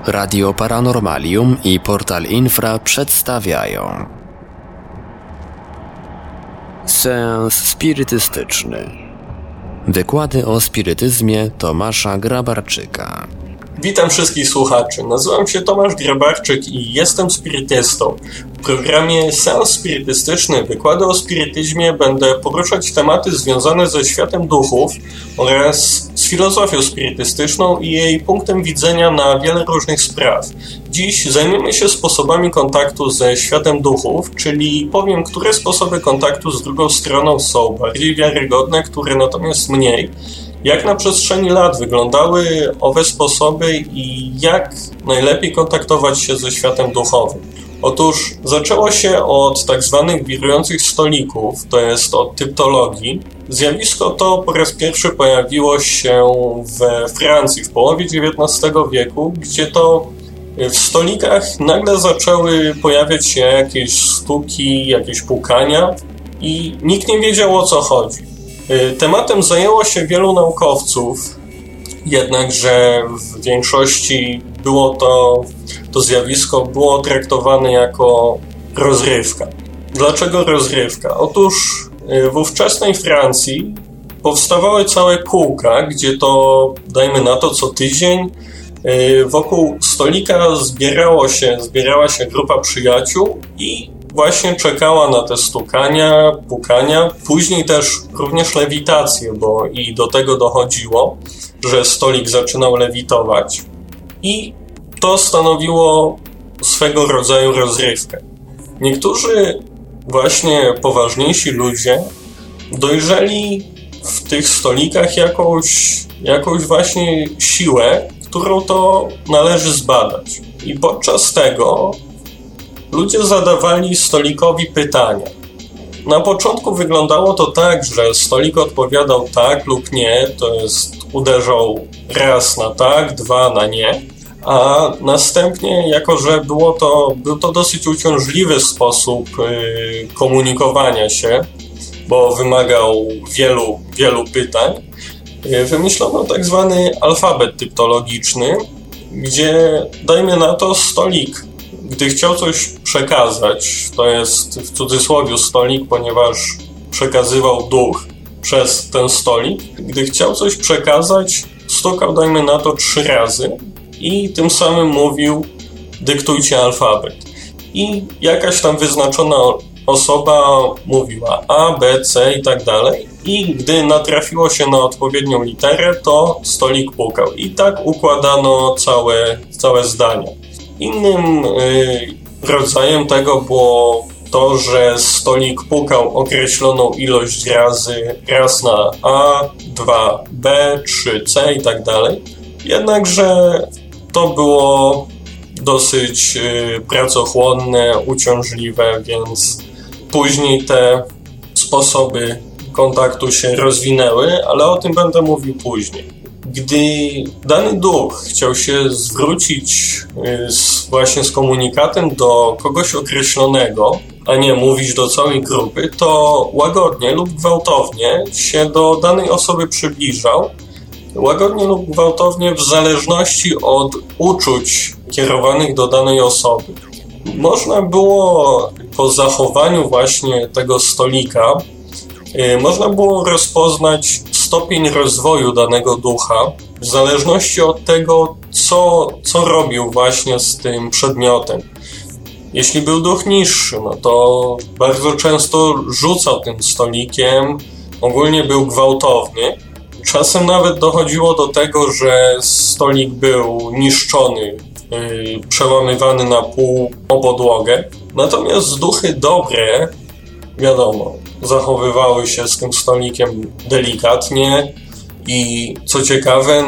Radio Paranormalium i Portal Infra przedstawiają seans spirytystyczny. Wykłady o spirytyzmie Tomasza Grabarczyka. Witam wszystkich słuchaczy. Nazywam się Tomasz Grabarczyk i jestem spirytystą. W programie Seans Spirytystyczny Wykłady o spirytyzmie będę poruszać tematy związane ze światem duchów oraz z filozofią spirytystyczną i jej punktem widzenia na wiele różnych spraw. Dziś zajmiemy się sposobami kontaktu ze światem duchów, czyli powiem, które sposoby kontaktu z drugą stroną są bardziej wiarygodne, które natomiast mniej. Jak na przestrzeni lat wyglądały owe sposoby i jak najlepiej kontaktować się ze światem duchowym? Otóż zaczęło się od tak zwanych wirujących stolików, to jest od typtologii. Zjawisko to po raz pierwszy pojawiło się we Francji w połowie XIX wieku, gdzie to w stolikach nagle zaczęły pojawiać się jakieś stuki, jakieś pukania i nikt nie wiedział, o co chodzi. Tematem zajęło się wielu naukowców, jednakże w większości było to zjawisko było traktowane jako rozrywka. Dlaczego rozrywka? Otóż w ówczesnej Francji powstawały całe kółka, gdzie to, dajmy na to, co tydzień wokół stolika zbierała się grupa przyjaciół i właśnie czekała na te stukania, pukania, później też również lewitację, bo i do tego dochodziło, że stolik zaczynał lewitować i to stanowiło swego rodzaju rozrywkę. Niektórzy właśnie poważniejsi ludzie dojrzeli w tych stolikach jakąś właśnie siłę, którą to należy zbadać. I podczas tego ludzie zadawali stolikowi pytania. Na początku wyglądało to tak, że stolik odpowiadał tak lub nie, to jest uderzał raz na tak, dwa na nie, a następnie, jako że był to dosyć uciążliwy sposób komunikowania się, bo wymagał wielu pytań, wymyślono tak zwany alfabet typtologiczny, gdzie, dajmy na to, stolik, gdy chciał coś przekazać, to jest w cudzysłowie stolik, ponieważ przekazywał duch przez ten stolik, gdy chciał coś przekazać, stukał, dajmy na to, 3 razy i tym samym mówił: dyktujcie alfabet. I jakaś tam wyznaczona osoba mówiła A, B, C i tak dalej. I gdy natrafiło się na odpowiednią literę, to stolik pukał. I tak układano całe zdania. Innym rodzajem tego było to, że stolik pukał określoną ilość razy, raz na A, 2 B, 3 C i tak dalej. Jednakże to było dosyć pracochłonne, uciążliwe, więc później te sposoby kontaktu się rozwinęły, ale o tym będę mówił później. Gdy dany duch chciał się zwrócić właśnie z komunikatem do kogoś określonego, a nie mówić do całej grupy, to łagodnie lub gwałtownie się do danej osoby przybliżał. Łagodnie lub gwałtownie w zależności od uczuć kierowanych do danej osoby. Można było po zachowaniu właśnie tego stolika, można było rozpoznać stopień rozwoju danego ducha w zależności od tego, co robił właśnie z tym przedmiotem. Jeśli był duch niższy, no to bardzo często rzucał tym stolikiem, ogólnie był gwałtowny. Czasem nawet dochodziło do tego, że stolik był niszczony, przełamywany na pół o podłogę. Natomiast duchy dobre, wiadomo, zachowywały się z tym stolikiem delikatnie i co ciekawe,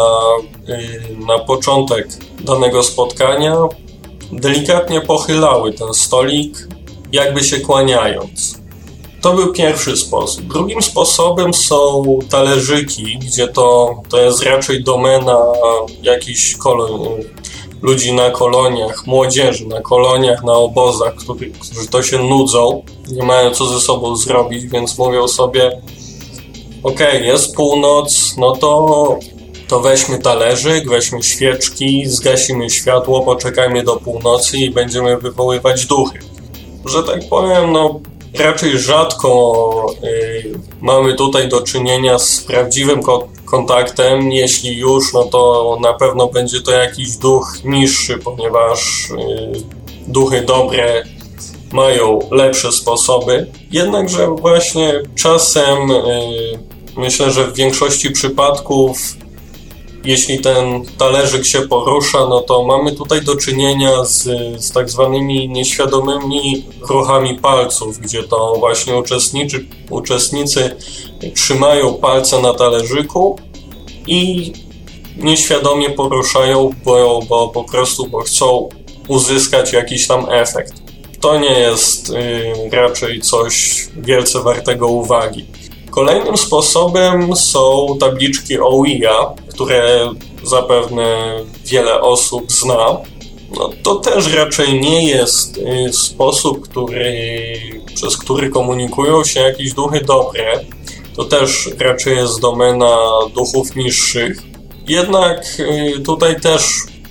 na początek danego spotkania delikatnie pochylały ten stolik, jakby się kłaniając. To był pierwszy sposób. Drugim sposobem są talerzyki, gdzie to jest raczej domena jakichś ludzi na koloniach, młodzieży na koloniach, na obozach, którzy to się nudzą, nie mają co ze sobą zrobić, więc mówią sobie: okej, jest północ, no to to weźmy talerzyk, weźmy świeczki, zgasimy światło, poczekajmy do północy i będziemy wywoływać duchy. Że tak powiem, raczej rzadko mamy tutaj do czynienia z prawdziwym kontaktem. Jeśli już, to na pewno będzie to jakiś duch niższy, ponieważ duchy dobre mają lepsze sposoby. Jednakże właśnie czasem myślę, że w większości przypadków, jeśli ten talerzyk się porusza, to mamy tutaj do czynienia z tak zwanymi nieświadomymi ruchami palców, gdzie to właśnie uczestnicy trzymają palce na talerzyku i nieświadomie poruszają, bo po prostu chcą uzyskać jakiś tam efekt. To nie jest raczej coś wielce wartego uwagi. Kolejnym sposobem są tabliczki Ouija, które zapewne wiele osób zna. To też raczej nie jest sposób, przez który komunikują się jakieś duchy dobre. To też raczej jest domena duchów niższych. Jednak tutaj też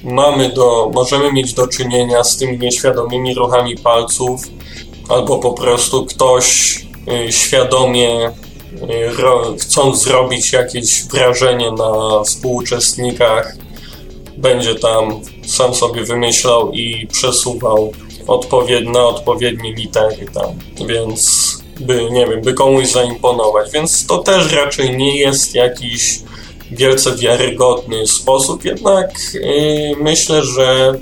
możemy mieć do czynienia z tymi nieświadomymi ruchami palców, albo po prostu ktoś świadomie, chcąc zrobić jakieś wrażenie na współuczestnikach, będzie tam sam sobie wymyślał i przesuwał na odpowiednie litery tam, więc by komuś zaimponować. Więc to też raczej nie jest jakiś wielce wiarygodny sposób, jednak myślę, że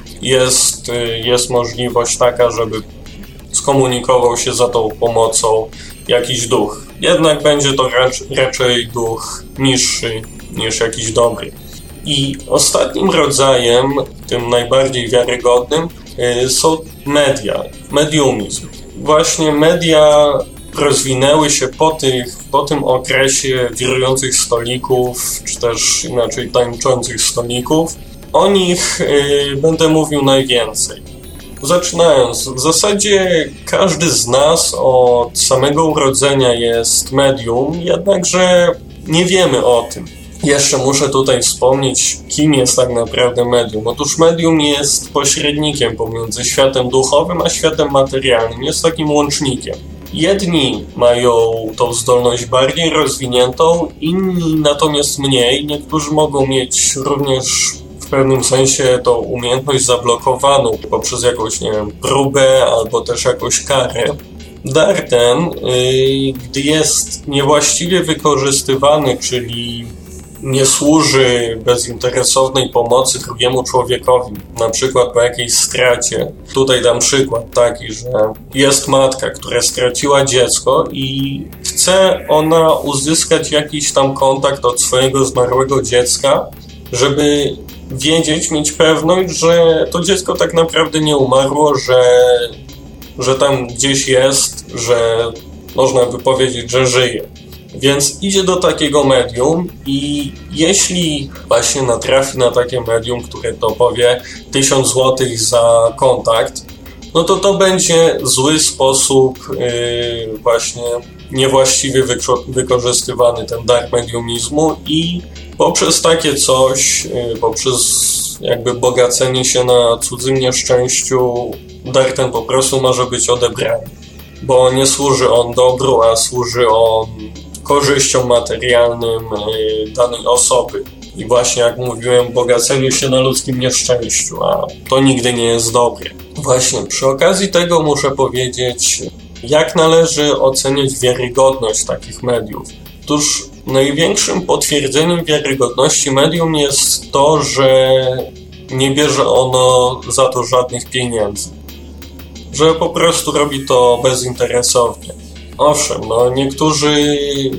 jest możliwość taka, żeby skomunikował się za tą pomocą jakiś duch. Jednak będzie to raczej duch niższy niż jakiś dobry. I ostatnim rodzajem, tym najbardziej wiarygodnym, są media, mediumizm. Właśnie media rozwinęły się po tym okresie wirujących stolików, czy też inaczej tańczących stolików. O nich będę mówił najwięcej. Zaczynając, w zasadzie każdy z nas od samego urodzenia jest medium, jednakże nie wiemy o tym. Jeszcze muszę tutaj wspomnieć, kim jest tak naprawdę medium. Otóż medium jest pośrednikiem pomiędzy światem duchowym a światem materialnym. Jest takim łącznikiem. Jedni mają tą zdolność bardziej rozwiniętą, inni natomiast mniej. Niektórzy mogą mieć również w pewnym sensie tą umiejętność zablokowaną poprzez jakąś, próbę albo też jakąś karę. Dar ten, gdy jest niewłaściwie wykorzystywany, czyli nie służy bezinteresownej pomocy drugiemu człowiekowi, na przykład po jakiejś stracie. Tutaj dam przykład taki, że jest matka, która straciła dziecko i chce ona uzyskać jakiś tam kontakt od swojego zmarłego dziecka, żeby mieć pewność, że to dziecko tak naprawdę nie umarło, że tam gdzieś jest, że można by powiedzieć, że żyje. Więc idzie do takiego medium i jeśli właśnie natrafi na takie medium, które to powie 1000 zł za kontakt, to będzie zły sposób, właśnie niewłaściwie wykorzystywany ten dar mediumizmu i poprzez takie coś, poprzez jakby bogacenie się na cudzym nieszczęściu, dar ten po prostu może być odebrany, bo nie służy on dobru, a służy on korzyściom materialnym danej osoby. I właśnie jak mówiłem, bogaceniu się na ludzkim nieszczęściu, a to nigdy nie jest dobre. Właśnie przy okazji tego muszę powiedzieć, jak należy oceniać wiarygodność takich mediów. Otóż największym potwierdzeniem wiarygodności medium jest to, że nie bierze ono za to żadnych pieniędzy. Że po prostu robi to bezinteresownie. Owszem, niektórzy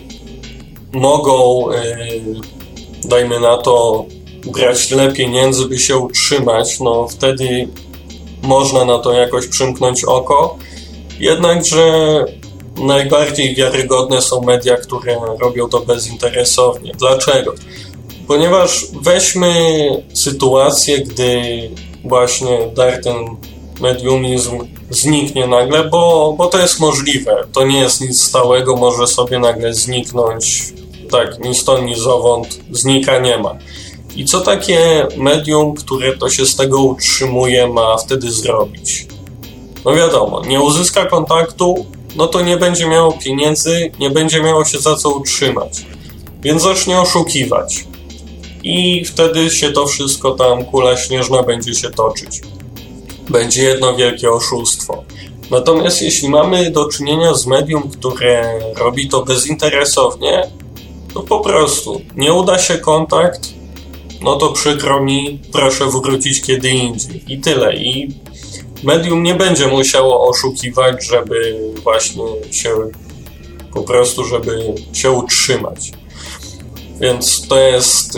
mogą, dajmy na to, brać tyle pieniędzy, by się utrzymać, wtedy można na to jakoś przymknąć oko. Jednakże najbardziej wiarygodne są media, które robią to bezinteresownie. Dlaczego? Ponieważ weźmy sytuację, gdy właśnie dar ten mediumizm zniknie nagle, bo to jest możliwe. To nie jest nic stałego, może sobie nagle zniknąć tak ni stąd, ni zowąd znika, nie ma. I co takie medium, które to się z tego utrzymuje, ma wtedy zrobić? No wiadomo, nie uzyska kontaktu, no to nie będzie miało pieniędzy, nie będzie miało się za co utrzymać. Więc zacznie oszukiwać. I wtedy się to wszystko tam, kula śnieżna, będzie się toczyć. Będzie jedno wielkie oszustwo. Natomiast jeśli mamy do czynienia z medium, które robi to bezinteresownie, to po prostu nie uda się kontakt, no to przykro mi, proszę wrócić kiedy indziej. I tyle. I medium nie będzie musiało oszukiwać, żeby właśnie się po prostu, żeby się utrzymać. Więc to jest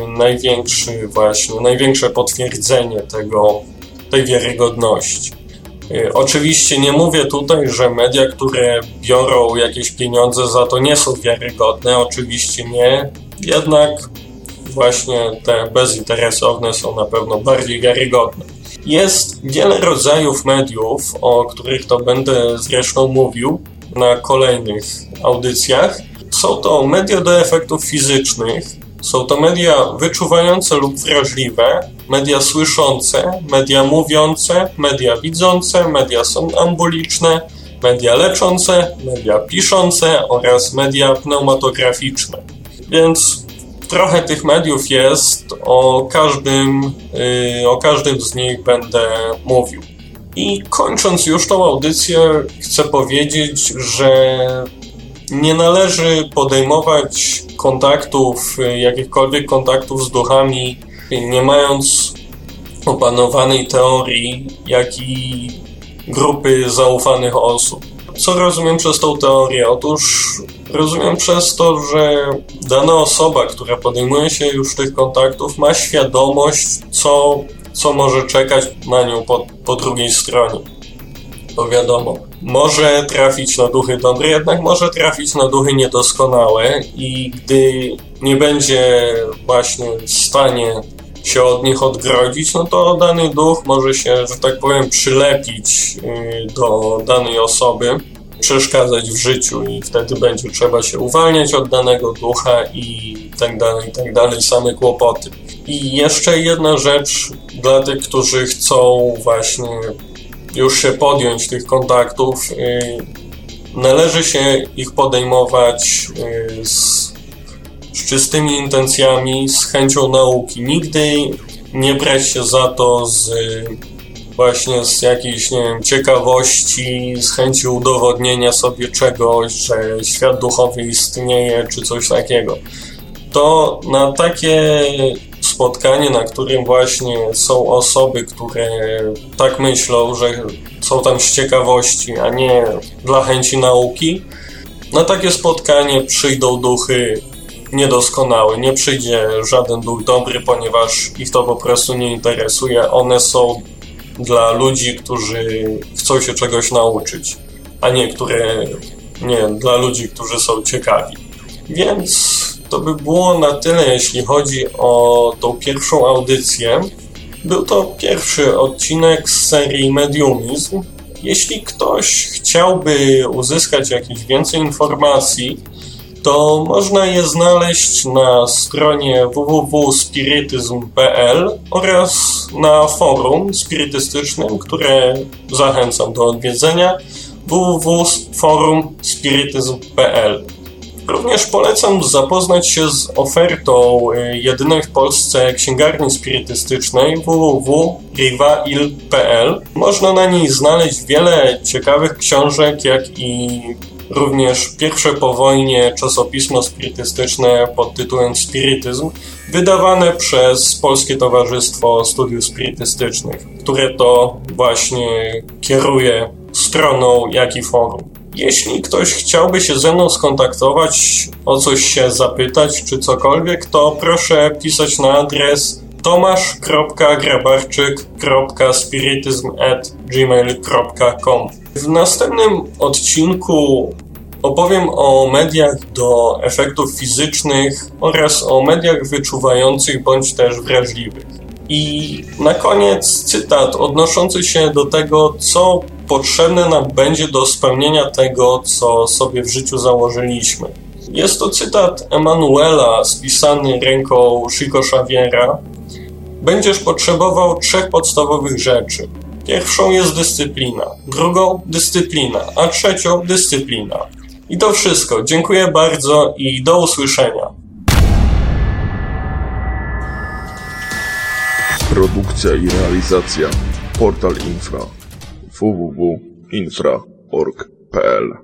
największe potwierdzenie tej wiarygodności. Oczywiście nie mówię tutaj, że media, które biorą jakieś pieniądze za to, nie są wiarygodne. Oczywiście nie. Jednak właśnie te bezinteresowne są na pewno bardziej wiarygodne. Jest wiele rodzajów mediów, o których to będę zresztą mówił na kolejnych audycjach. Są to media do efektów fizycznych, są to media wyczuwające lub wrażliwe, media słyszące, media mówiące, media widzące, media somnambuliczne, media leczące, media piszące oraz media pneumatograficzne. Więc trochę tych mediów jest, o każdym z nich będę mówił. I kończąc już tą audycję, chcę powiedzieć, że nie należy podejmować jakichkolwiek kontaktów z duchami, nie mając opanowanej teorii, jak i grupy zaufanych osób. Co rozumiem przez tą teorię? Otóż rozumiem przez to, że dana osoba, która podejmuje się już tych kontaktów, ma świadomość, co może czekać na nią po drugiej stronie. Bo wiadomo, może trafić na duchy dobre, jednak może trafić na duchy niedoskonałe i gdy nie będzie właśnie w stanie się od nich odgrodzić, no to dany duch może się, że tak powiem, przylepić do danej osoby, przeszkadzać w życiu i wtedy będzie trzeba się uwalniać od danego ducha i tak dalej, same kłopoty. I jeszcze jedna rzecz dla tych, którzy chcą właśnie już się podjąć tych kontaktów, należy się ich podejmować z czystymi intencjami, z chęcią nauki. Nigdy nie brać się za to z jakiejś, ciekawości, z chęci udowodnienia sobie czegoś, że świat duchowy istnieje, czy coś takiego. To na takie spotkanie, na którym właśnie są osoby, które tak myślą, że są tam z ciekawości, a nie dla chęci nauki, na takie spotkanie przyjdą duchy niedoskonałe. Nie przyjdzie żaden duch dobry, ponieważ ich to po prostu nie interesuje. One są dla ludzi, którzy chcą się czegoś nauczyć, a nie dla ludzi, którzy są ciekawi. Więc to by było na tyle, jeśli chodzi o tą pierwszą audycję. Był to pierwszy odcinek z serii Mediumizm. Jeśli ktoś chciałby uzyskać jakieś więcej informacji, to można je znaleźć na stronie www.spirityzm.pl oraz na forum spirytystycznym, które zachęcam do odwiedzenia, www.forumspirityzm.pl. Również polecam zapoznać się z ofertą jedynej w Polsce księgarni spirytystycznej www.rivail.pl. Można na niej znaleźć wiele ciekawych książek, jak i również pierwsze po wojnie czasopismo spirytystyczne pod tytułem Spirytyzm, wydawane przez Polskie Towarzystwo Studiów Spirytystycznych, które to właśnie kieruje stroną, jak i forum. Jeśli ktoś chciałby się ze mną skontaktować, o coś się zapytać, czy cokolwiek, to proszę pisać na adres tomasz.grabarczyk.spirityzm@gmail.com. W następnym odcinku opowiem o mediach do efektów fizycznych oraz o mediach wyczuwających bądź też wrażliwych. I na koniec cytat odnoszący się do tego, co potrzebne nam będzie do spełnienia tego, co sobie w życiu założyliśmy. Jest to cytat Emanuela spisany ręką Chico Xaviera. Będziesz potrzebował 3 podstawowych rzeczy. Pierwszą jest dyscyplina, drugą dyscyplina, a trzecią dyscyplina. I to wszystko. Dziękuję bardzo i do usłyszenia. Produkcja i realizacja Portal Infra www.infra.org.pl